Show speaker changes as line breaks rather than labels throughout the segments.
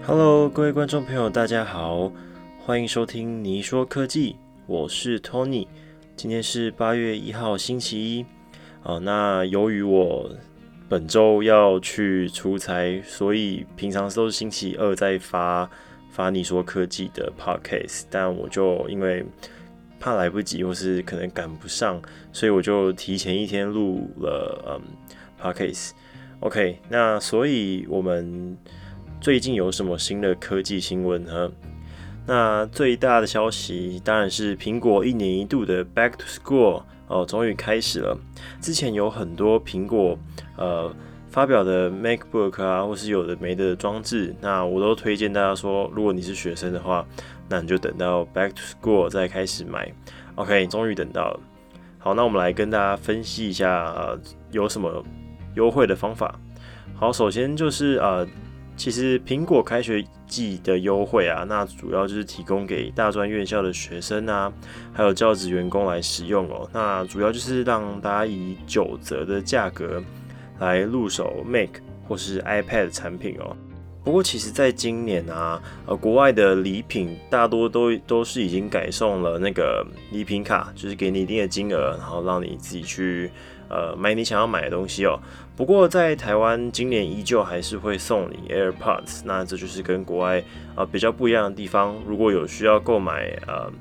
Hello，各位观众朋友，大家好，欢迎收听你说科技，我是 Tony。今天是8月1号星期一，那由于我本周要去出差，所以平常都是星期二在发你说科技的 podcast， 但我就因为怕来不及或是可能赶不上，所以我就提前一天录了podcast。OK， 那所以我们最近有什么新的科技新闻呢？那最大的消息当然是苹果1年1度的 Back to School 终于开始了。之前有很多苹果发表的 MacBook 啊，或是有的没的装置，那我都推荐大家说，如果你是学生的话，那你就等到 Back to School 再开始买。OK， 终于等到了。好，那我们来跟大家分析一下有什么优惠的方法。好，首先就是其实苹果开学季的优惠啊，那主要就是提供给大专院校的学生啊，还有教职员工来使用哦。那主要就是让大家以9折的价格来入手 Mac 或是 iPad 产品哦。不过其实在今年啊，国外的礼品大多都是已经改送了那个礼品卡，就是给你一定的金额，然后让你自己去买你想要买的东西哦。不过在台湾今年依旧还是会送你 AirPods， 那这就是跟国外比较不一样的地方。如果有需要购买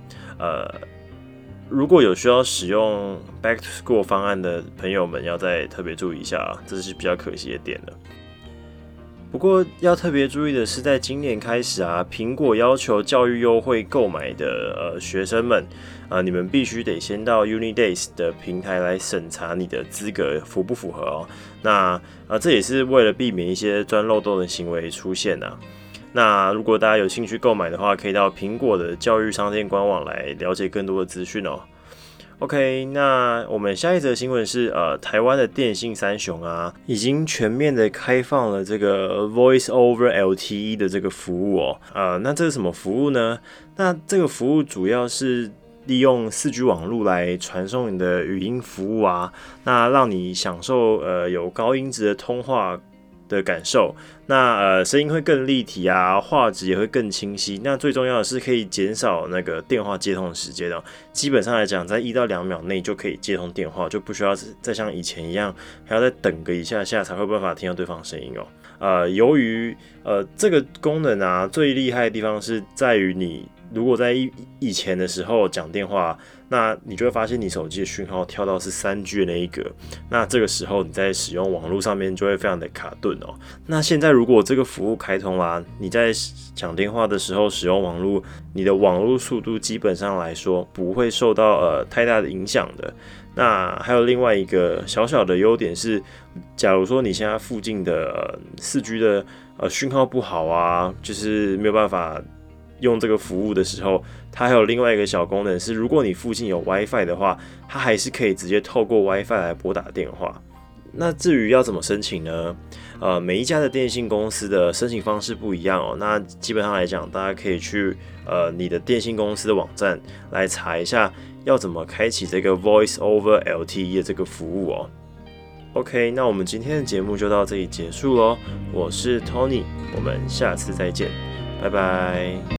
如果有需要使用 Back to School 方案的朋友们，要再特别注意一下，这是比较可惜的点了。不过要特别注意的是，在今年开始啊，苹果要求教育优惠购买的学生们，你们必须得先到 Unidays 的平台来审查你的资格符不符合哦。那这也是为了避免一些钻漏洞的行为出现啊。那如果大家有兴趣购买的话，可以到苹果的教育商店官网来了解更多的资讯哦。OK， 那我们下一则新闻是台湾的电信三雄啊，已经全面的开放了这个 Voice over LTE 的这个服务哦。那这是什么服务呢？那这个服务主要是利用4G 网络来传送你的语音服务啊，那让你享受有高音质的通话的感受，那声音会更立体啊，画质也会更清晰。那最重要的是可以减少那个电话接通的时间哦。基本上来讲，在1到2秒内就可以接通电话，就不需要再像以前一样还要再等个一下下才会办法听到对方声音哦。由于这个功能啊，最厉害的地方是在于你如果在以前的时候讲电话，那你就会发现你手机的讯号跳到是3G 的那一格，那这个时候你在使用网络上面就会非常的卡顿哦。那现在如果这个服务开通啦，你在讲电话的时候使用网络，你的网络速度基本上来说不会受到太大的影响的。那还有另外一个小小的优点是，假如说你现在附近的4G 的讯号不好啊，就是没有办法用这个服务的时候，它还有另外一个小功能是，如果你附近有 WiFi 的话，它还是可以直接透过 WiFi 来拨打电话。那至于要怎么申请呢？每一家的电信公司的申请方式不一样哦。那基本上来讲，大家可以去你的电信公司的网站来查一下，要怎么开启这个 Voice over LTE 的这个服务哦。OK， 那我们今天的节目就到这里结束咯。我是 Tony， 我们下次再见，拜拜。